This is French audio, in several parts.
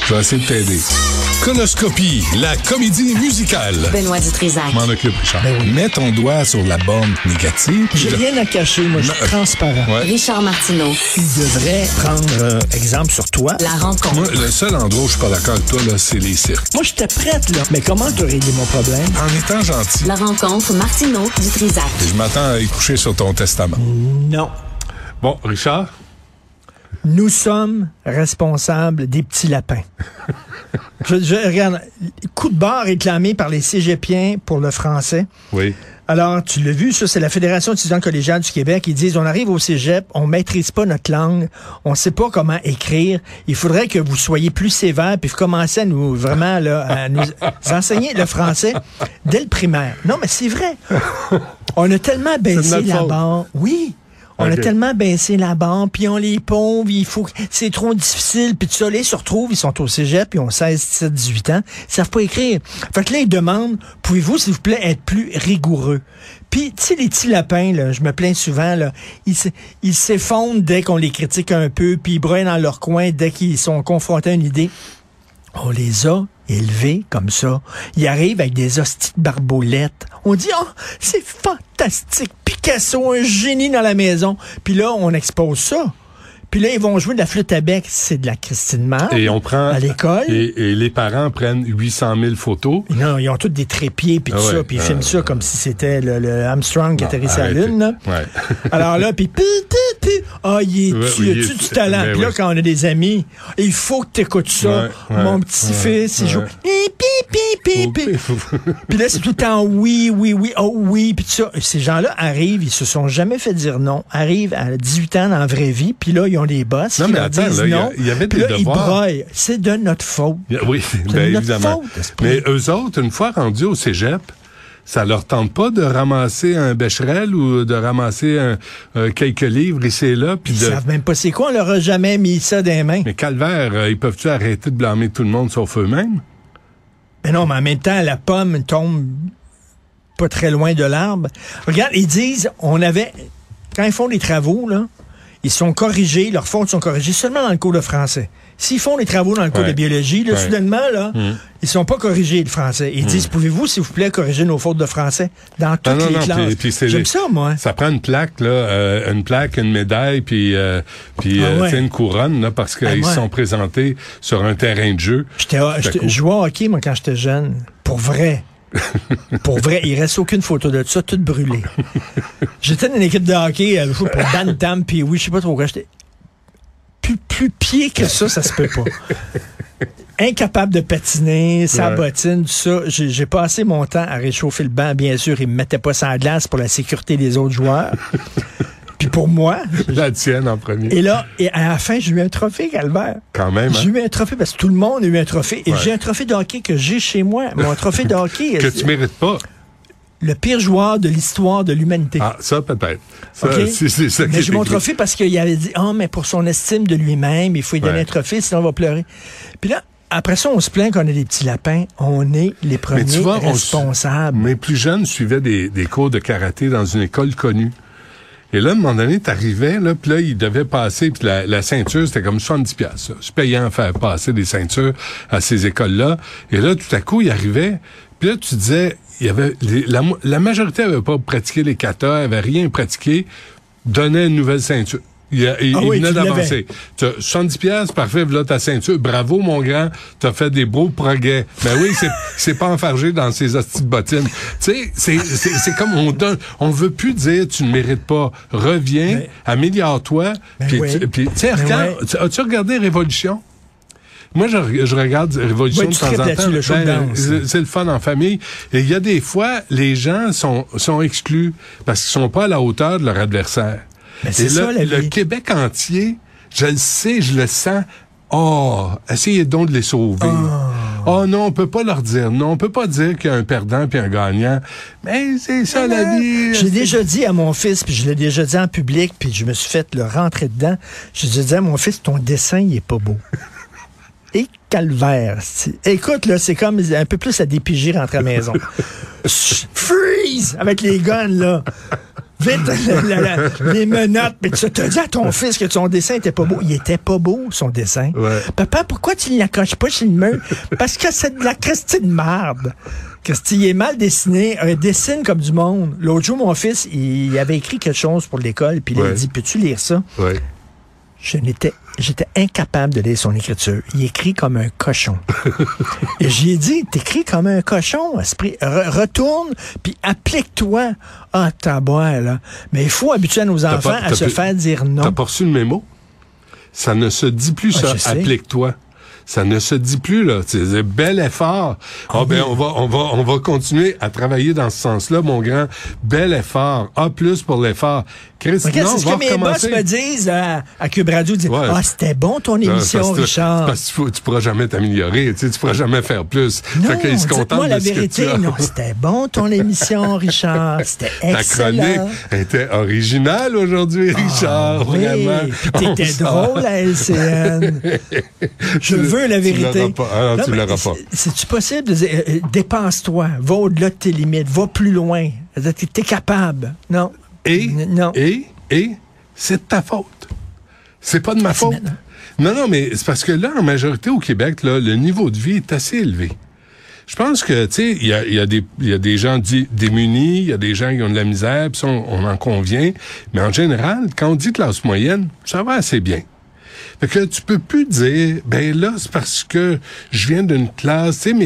Je vais essayer de t'aider. Conoscopie, la comédie musicale. Benoît Dutrisac. M'en occupe, Richard. Ben oui. Mets ton doigt sur la borne négative. J'ai rien à cacher, moi, je suis transparent. Ouais. Richard Martineau. Il devrait prendre exemple sur toi. La rencontre. Moi, le seul endroit où je suis pas d'accord avec toi, là, c'est les cirques. Moi, j'étais prête, là. Mais comment tu réglé mon problème? En étant gentil. La rencontre Martineau-Dutrisac. Je m'attends à y coucher sur ton testament. Non. Bon, Richard? Nous sommes responsables des petits lapins. Regarde, coup de barre réclamé par les cégepiens pour le français. Oui. Alors, tu l'as vu, ça, c'est la Fédération étudiante collégiale du Québec. Ils disent, on arrive au cégep, on maîtrise pas notre langue, on sait pas comment écrire. Il faudrait que vous soyez plus sévères, puis commencez à nous, vraiment, là, à nous enseigner le français dès le primaire. Non, mais c'est vrai. On a tellement baissé la barre. Oui. On a tellement baissé la barre, puis on les pauvres, c'est trop difficile, puis tout ça, là, ils se retrouvent, ils sont au cégep, ils ont 16, 17, 18 ans, ils savent pas écrire. Fait que là, ils demandent, pouvez-vous, s'il vous plaît, être plus rigoureux? Puis, tu sais, les petits lapins, là, je me plains souvent, là, ils s'effondrent dès qu'on les critique un peu, puis ils broyent dans leur coin dès qu'ils sont confrontés à une idée. On les a élevés comme ça. Ils arrivent avec des hosties de barbolettes. On dit, oh, c'est fantastique. Picasso, un génie dans la maison. Puis là, on expose ça. Puis là, ils vont jouer de la flûte à bec. C'est de la Christine Marde. Et on prend à l'école. Et les parents prennent 800 000 photos. Non, ils ont tous des trépieds puis tout ça. Puis ils filment ça comme si c'était le Armstrong qui atterrissait à la Lune. Là. Ouais. Alors là, puis il a-tu du talent? Puis là, quand on a des amis, il faut que tu écoutes ça. Mon petit-fils, il joue. Puis là, c'est tout le temps oui, oh oui, puis tout ça. Ces gens-là arrivent, ils se sont jamais fait dire non, arrivent à 18 ans dans la vraie vie, puis là, ils ont des boss qui leur disent non. Il y avait des devoirs. Ils broient. C'est de notre faute. Oui, c'est évidemment. Faute, mais eux autres, une fois rendus au cégep, ça leur tente pas de ramasser un Becherel ou de ramasser quelques livres ici et là. Ils savent même pas c'est quoi, on leur a jamais mis ça dans les mains. Mais calvaire, ils peuvent-tu arrêter de blâmer tout le monde sauf eux-mêmes? Mais non, mais en même temps, la pomme tombe pas très loin de l'arbre. Regarde, ils disent, quand ils font des travaux, là, ils sont corrigés, leurs fautes sont corrigées seulement dans le cours de français. S'ils font des travaux dans le cours de biologie, là, soudainement, là, ils sont pas corrigés, le français. Ils disent, pouvez-vous, s'il vous plaît, corriger nos fautes de français dans toutes les classes? Puis j'aime ça, moi. Ça prend une plaque, là, une médaille, puis une couronne, là, parce qu'ils se sont présentés sur un terrain de jeu. Je jouais au hockey, moi, quand j'étais jeune. Pour vrai. Pour vrai, il reste aucune photo de ça, toute brûlée. J'étais dans une équipe de hockey, pour Bantam, puis oui, je sais pas trop quoi, j'étais plus pied que ça se peut pas. Incapable de patiner, sa bottine, tout ça. J'ai passé mon temps à réchauffer le banc, bien sûr, ils me mettaient pas ça en glace pour la sécurité des autres joueurs. Puis pour moi... La tienne en premier. Et là, à la fin, j'ai eu un trophée, Calvaire. Quand même, J'ai eu un trophée parce que tout le monde a eu un trophée. Et j'ai un trophée de hockey que j'ai chez moi. Mon trophée de hockey... que tu mérites pas. Le pire joueur de l'histoire de l'humanité. Ah, ça peut-être. Ça, okay. c'est ça. Mais j'ai mon trophée parce qu'il avait dit, mais pour son estime de lui-même, il faut lui donner un trophée, sinon on va pleurer. Puis là, après ça, on se plaint qu'on a des petits lapins. On est les premiers responsables. Mes plus jeunes suivaient des cours de karaté dans une école connue. Et là, à un moment donné, t'arrivais, là, puis là, ils devaient passer, puis la ceinture, c'était comme 70$. C'est payant à faire passer des ceintures à ces écoles-là. Et là, tout à coup, ils arrivaient, puis là, tu disais, il y avait la majorité avait pas pratiqué les katas, avait rien pratiqué, donnait une nouvelle ceinture. Il venait d'avancer. 70$, parfait, voilà ta ceinture. Bravo, mon grand, t'as fait des beaux progrès. Ben oui, c'est pas enfargé dans ces hosties de bottines. Tu sais, c'est comme on veut plus dire tu ne mérites pas. Reviens, améliore-toi. Puis, tu sais, as-tu regardé Révolution? Moi, je regarde Révolution de temps en temps. C'est le fun en famille. Et il y a des fois, les gens sont exclus parce qu'ils sont pas à la hauteur de leur adversaire. Mais c'est ça, le Québec entier, je le sais, je le sens. Essayez donc de les sauver. Non, on peut pas leur dire non. On peut pas dire qu'il y a un perdant puis un gagnant. Mais c'est ça, la vie. J'ai déjà dit à mon fils, puis je l'ai déjà dit en public, puis je me suis fait le rentrer dedans. J'ai dit à mon fils, ton dessin, il est pas beau. Et calvaire. Écoute, là, c'est comme un peu plus à DPJ rentrer à la maison. Freeze! Avec les guns, là. Vite, les menottes. Mais tu te dis à ton fils que son dessin était pas beau. Il était pas beau, son dessin. Ouais. Papa, pourquoi tu ne l'accroches pas chez le mur? Parce que c'est de la Christie de marde. Christy, il est mal dessiné. Il dessine comme du monde. L'autre jour, mon fils, il avait écrit quelque chose pour l'école, puis il a dit, peux-tu lire ça? Ouais. J'étais incapable de lire son écriture. Il écrit comme un cochon. Et j'y ai dit, t'écris comme un cochon, esprit. Retourne, puis applique-toi. Ah, t'as boire, là. Mais il faut habituer nos enfants à se faire dire non. T'as pas reçu le mémo? Ça ne se dit plus, ça. Applique-toi. Ça ne se dit plus, là. C'est un bel effort. Ah, ben, on va continuer à travailler dans ce sens-là, mon grand. Bel effort. A+ pour l'effort. Chris, c'est ce que mes boss me disent à Cube Radio. Disent, c'était bon ton émission, Richard. Parce que tu pourras jamais t'améliorer. Tu pourras jamais faire plus. Non, fait qu'ils se contentent moi la de ce vérité. Que tu as. Non, c'était bon ton émission, Richard. C'était excellent. Ta chronique était originale aujourd'hui, Richard. Oui, vraiment. Puis t'étais drôle à LCN. Je veux la vérité. Tu l'auras pas. C'est-tu possible de dire, dépense-toi, va au-delà de tes limites, va plus loin. T'es capable. Non. Et c'est de ta faute. C'est pas de ma faute. Non, mais c'est parce que là, en majorité au Québec, là, le niveau de vie est assez élevé. Je pense que, tu sais, il y a des gens démunis, il y a des gens qui ont de la misère, puis on en convient. Mais en général, quand on dit classe moyenne, ça va assez bien. Fait que tu peux plus dire, ben là, c'est parce que je viens d'une classe, tu sais,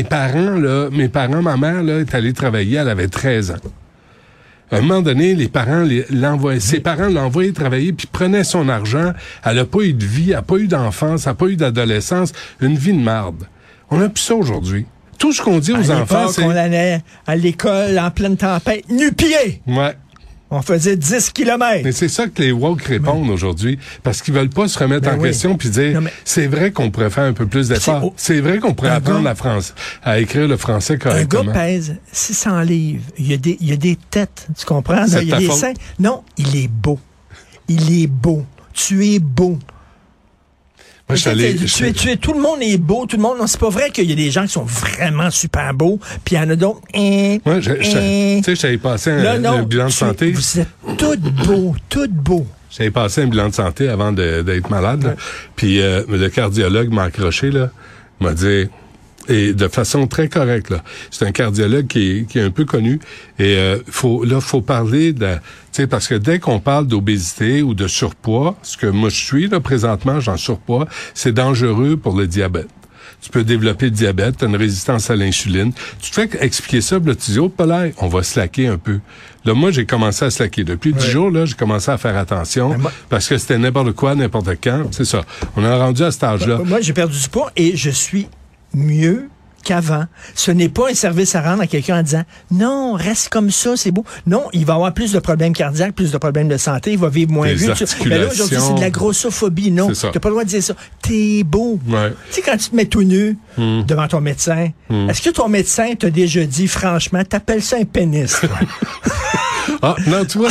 ma mère, là, est allée travailler, elle avait 13 ans. À un moment donné, ses parents l'envoyaient travailler puis prenaient son argent. Elle a pas eu de vie, elle a pas eu d'enfance, elle a pas eu d'adolescence. Une vie de marde. On a plus ça aujourd'hui. Tout ce qu'on dit aux enfants, c'est... On allait à l'école en pleine tempête, nu-pieds! Ouais. On faisait 10 kilomètres. Mais c'est ça que les woke répondent aujourd'hui, parce qu'ils veulent pas se remettre en question puis dire, c'est vrai qu'on pourrait faire un peu plus d'efforts. C'est vrai qu'on pourrait apprendre à écrire le français correctement. Un gars pèse 600 livres. Il y a des têtes, tu comprends? Il y a des seins. Non, il est beau. Il est beau. Tu es beau. Moi, tout le monde est beau, tout le monde. Non, c'est pas vrai qu'il y a des gens qui sont vraiment super beaux, puis il y en a d'autres. Moi, tu sais, j'avais passé un bilan de santé. Vous êtes toutes beaux. J'avais passé un bilan de santé avant d'être malade, puis le cardiologue m'a accroché, là, m'a dit, et de façon très correcte, là. C'est un cardiologue qui est un peu connu, et faut parler de... Tu sais, parce que dès qu'on parle d'obésité ou de surpoids, ce que moi je suis là présentement, j'en surpoids, c'est dangereux pour le diabète. Tu peux développer le diabète, tu as une résistance à l'insuline. Tu te fais expliquer ça, là, tu dis, oh, là, on va slacker un peu. Là, moi, j'ai commencé à slacker. Depuis 10 jours, là, j'ai commencé à faire attention parce que c'était n'importe quoi, n'importe quand. C'est ça. On est rendu à cet âge-là. Moi, j'ai perdu du poids et je suis mieux qu'avant. Ce n'est pas un service à rendre à quelqu'un en disant non, reste comme ça, c'est beau. Non, il va avoir plus de problèmes cardiaques, plus de problèmes de santé, il va vivre moins vieux. Mais là, aujourd'hui, c'est de la grossophobie. Non, tu n'as pas le droit de dire ça. T'es beau. Ouais. Tu sais, quand tu te mets tout nu devant ton médecin, est-ce que ton médecin t'a déjà dit, franchement, t'appelles ça un pénis, toi? Ah, non, tu vois,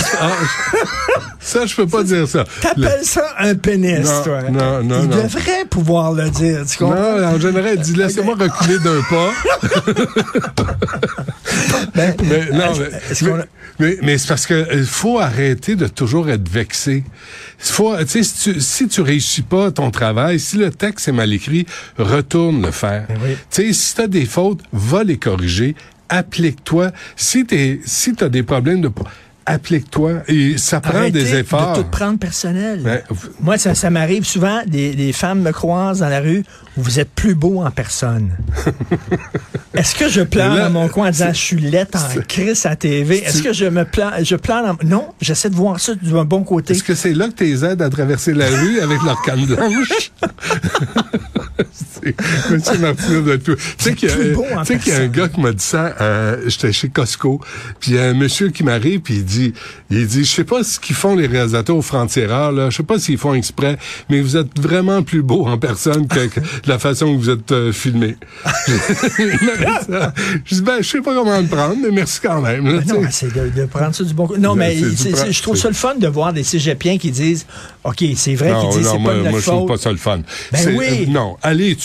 ça, je peux pas dire ça. T'appelles ça un pénis, toi. Non. Il devrait pouvoir le dire, tu comprends? Non, en général, il dit, laissez-moi reculer d'un pas. Mais c'est parce que il faut arrêter de toujours être vexé. Si tu réussis pas ton travail, si le texte est mal écrit, retourne le faire. Oui. Si t'as des fautes, va les corriger. Applique-toi. Si t'as des problèmes applique-toi. Et ça prend des efforts. Arrêtez de tout prendre personnel. Moi, ça m'arrive souvent, des femmes me croisent dans la rue, vous êtes plus beau en personne. Est-ce que je pleure dans mon coin en disant, je suis laite en crise à TV? Est-ce que je pleure non, j'essaie de voir ça d'un bon côté. Est-ce que c'est là que t'es aides à traverser la rue avec leur canne blanche? Monsieur Martineau doit être plus... Tu sais qu'il y a un gars qui m'a dit ça, j'étais chez Costco, puis il y a un monsieur qui m'arrive, puis il dit, je sais pas ce qu'ils font les réalisateurs aux Francs-Tireurs, là, je sais pas s'ils font exprès, mais vous êtes vraiment plus beau en personne que la façon que vous êtes filmé. Je dis, je sais pas comment le prendre, mais merci quand même. Là, non, c'est de prendre ça du bon côté. Non, mais je trouve ça le fun de voir des cégepiens qui disent, OK, c'est vrai qu'ils disent, c'est pas de notre faute. Je trouve pas ça le fun. Ben oui. Non, allez étudier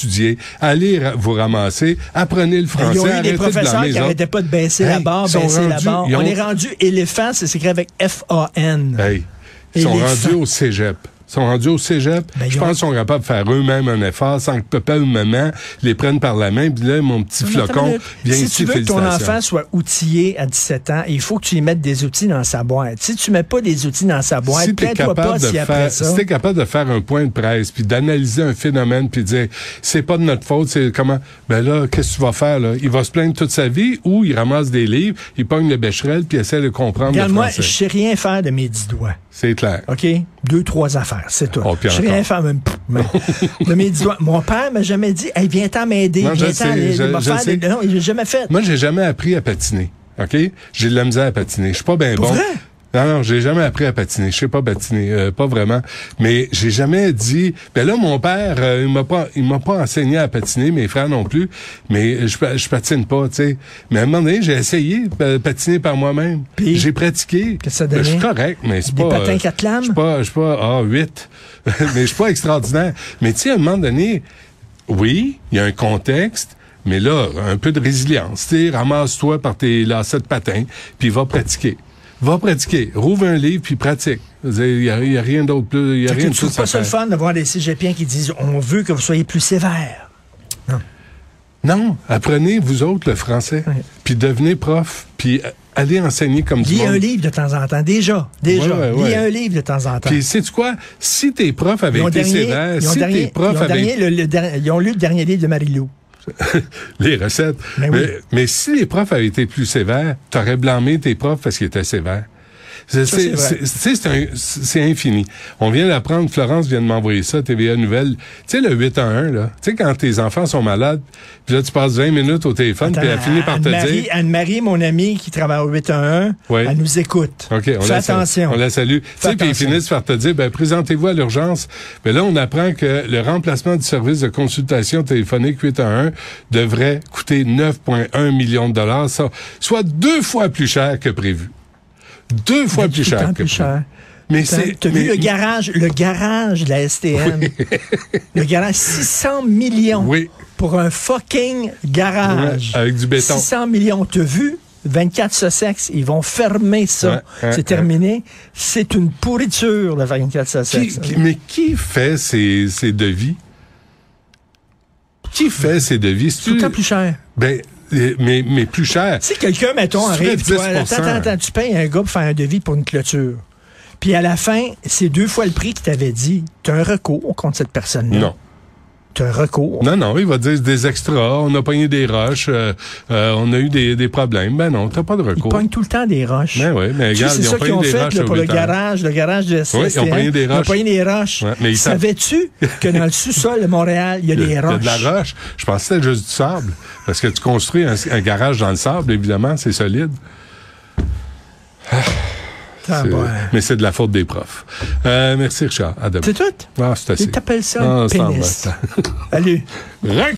étudier, allez vous ramasser, apprenez le français, ils ont eu arrêtez des professeurs qui n'arrêtaient pas de baisser la barre, baisser la barre. On est rendu éléphant, c'est écrit avec F-A-N. Hey, ils sont rendus au cégep. Je pense qu'ils sont capables de faire eux-mêmes un effort sans que papa ou maman les prennent par la main. Puis là, mon petit flocon vient ici, si tu veux que ton enfant soit outillé à 17 ans, il faut que tu lui mettes des outils dans sa boîte. Si tu mets pas des outils dans sa boîte, plains-toi pas si après ça... Si t'es capable de faire un point de presse, puis d'analyser un phénomène, puis de dire, c'est pas de notre faute, c'est comment... Ben là, qu'est-ce que tu vas faire, là? Il va se plaindre toute sa vie, ou il ramasse des livres, il pogne le bécherel, puis il essaie de comprendre le français. Regarde, moi, je sais rien faire de mes 10 doigts. C'est clair. OK? 2, 3 affaires, c'est tout. Oh, je sais rien faire même. De mes 10 doigts. Mon père m'a jamais dit, hey, viens-t'en m'aider, non, viens-t'en m'aider. Non, il n'a jamais fait. Moi, j'ai jamais appris à patiner. OK? J'ai de la misère à patiner. Je suis pas bien bon. Vrai? Non, j'ai jamais appris à patiner. Je sais pas patiner, pas vraiment. Mais j'ai jamais dit. Ben là, mon père, il m'a pas enseigné à patiner, mes frères non plus. Mais je patine pas, tu sais. Mais à un moment donné, j'ai essayé de patiner par moi-même. Puis, j'ai pratiqué. Qu'est-ce que ça donnait? Je suis correct, mais c'est pas. Des patins 4 lames? Je suis pas 8. Mais je suis pas extraordinaire. Mais tu sais, à un moment donné, oui, il y a un contexte. Mais là, un peu de résilience. Tu sais, ramasse-toi par tes lacets de patins, puis va pratiquer. Rouvre un livre, puis pratique. Il y a rien d'autre plus. Il y a rien de plus à faire. C'est pas ça le fun de voir des cégepiens qui disent « On veut que vous soyez plus sévères ». Non, apprenez, vous autres, le français. Oui. Puis devenez prof, puis allez enseigner comme du monde. Lis un livre de temps en temps, déjà. Lis un livre de temps en temps. Puis sais-tu quoi? Si tes profs avaient été sévères, ils ont lu le dernier livre de Marie-Lou. Les recettes. Mais si les profs avaient été plus sévères, t'aurais blâmé tes profs parce qu'ils étaient sévères. C'est infini. On vient d'apprendre, Florence vient de m'envoyer ça, TVA Nouvelle. Tu sais, le 8-1-1, là. Tu sais, quand tes enfants sont malades, puis là, tu passes 20 minutes au téléphone, puis elle finit par te dire... Anne-Marie, mon amie qui travaille au 8-1-1, elle nous écoute. OK, fais attention. On la salue. Tu sais, puis ils finissent par te dire, présentez-vous à l'urgence. Mais là, on apprend que le remplacement du service de consultation téléphonique 8-1-1 devrait coûter 9,1 millions de dollars, soit 2 fois plus cher que prévu. 2 fois plus cher que prévu. Mais t'as vu le garage de la STM? Oui. Le garage, 600 millions pour un fucking garage. Avec du béton. 600 millions, t'as vu? 24 Sussex, ils vont fermer ça. C'est terminé. C'est une pourriture, le 24 Sussex. Mais qui fait ces devis? Qui fait ces devis? C'est tout le temps plus cher. Mais plus cher. Si quelqu'un, mettons, arrive, attends, tu payes un gars pour faire un devis pour une clôture. Puis à la fin, c'est 2 fois le prix qu'il t'avait dit. Tu as un recours contre cette personne-là. Non. Tu as un recours. Non, il va dire des extras, on a pogné des roches, on a eu des problèmes. Ben non, t'as pas de recours. Ils pognent tout le temps des roches. Ben oui, mais regarde, ils ont pogné des roches. C'est ça qu'ils ont fait pour le garage de STM. Oui, ils ont pogné des roches. Ils ont pogné des roches. Ouais, mais savais-tu que dans le sous-sol de Montréal, il y a des roches? Il y a de la roche. Je pensais que c'était juste du sable. Parce que tu construis un garage dans le sable, évidemment, c'est solide. Mais c'est de la faute des profs. Merci, Richard. À demain. C'est tout? Ah, c'est assez. Ils t'appellent ça pénis. Salut.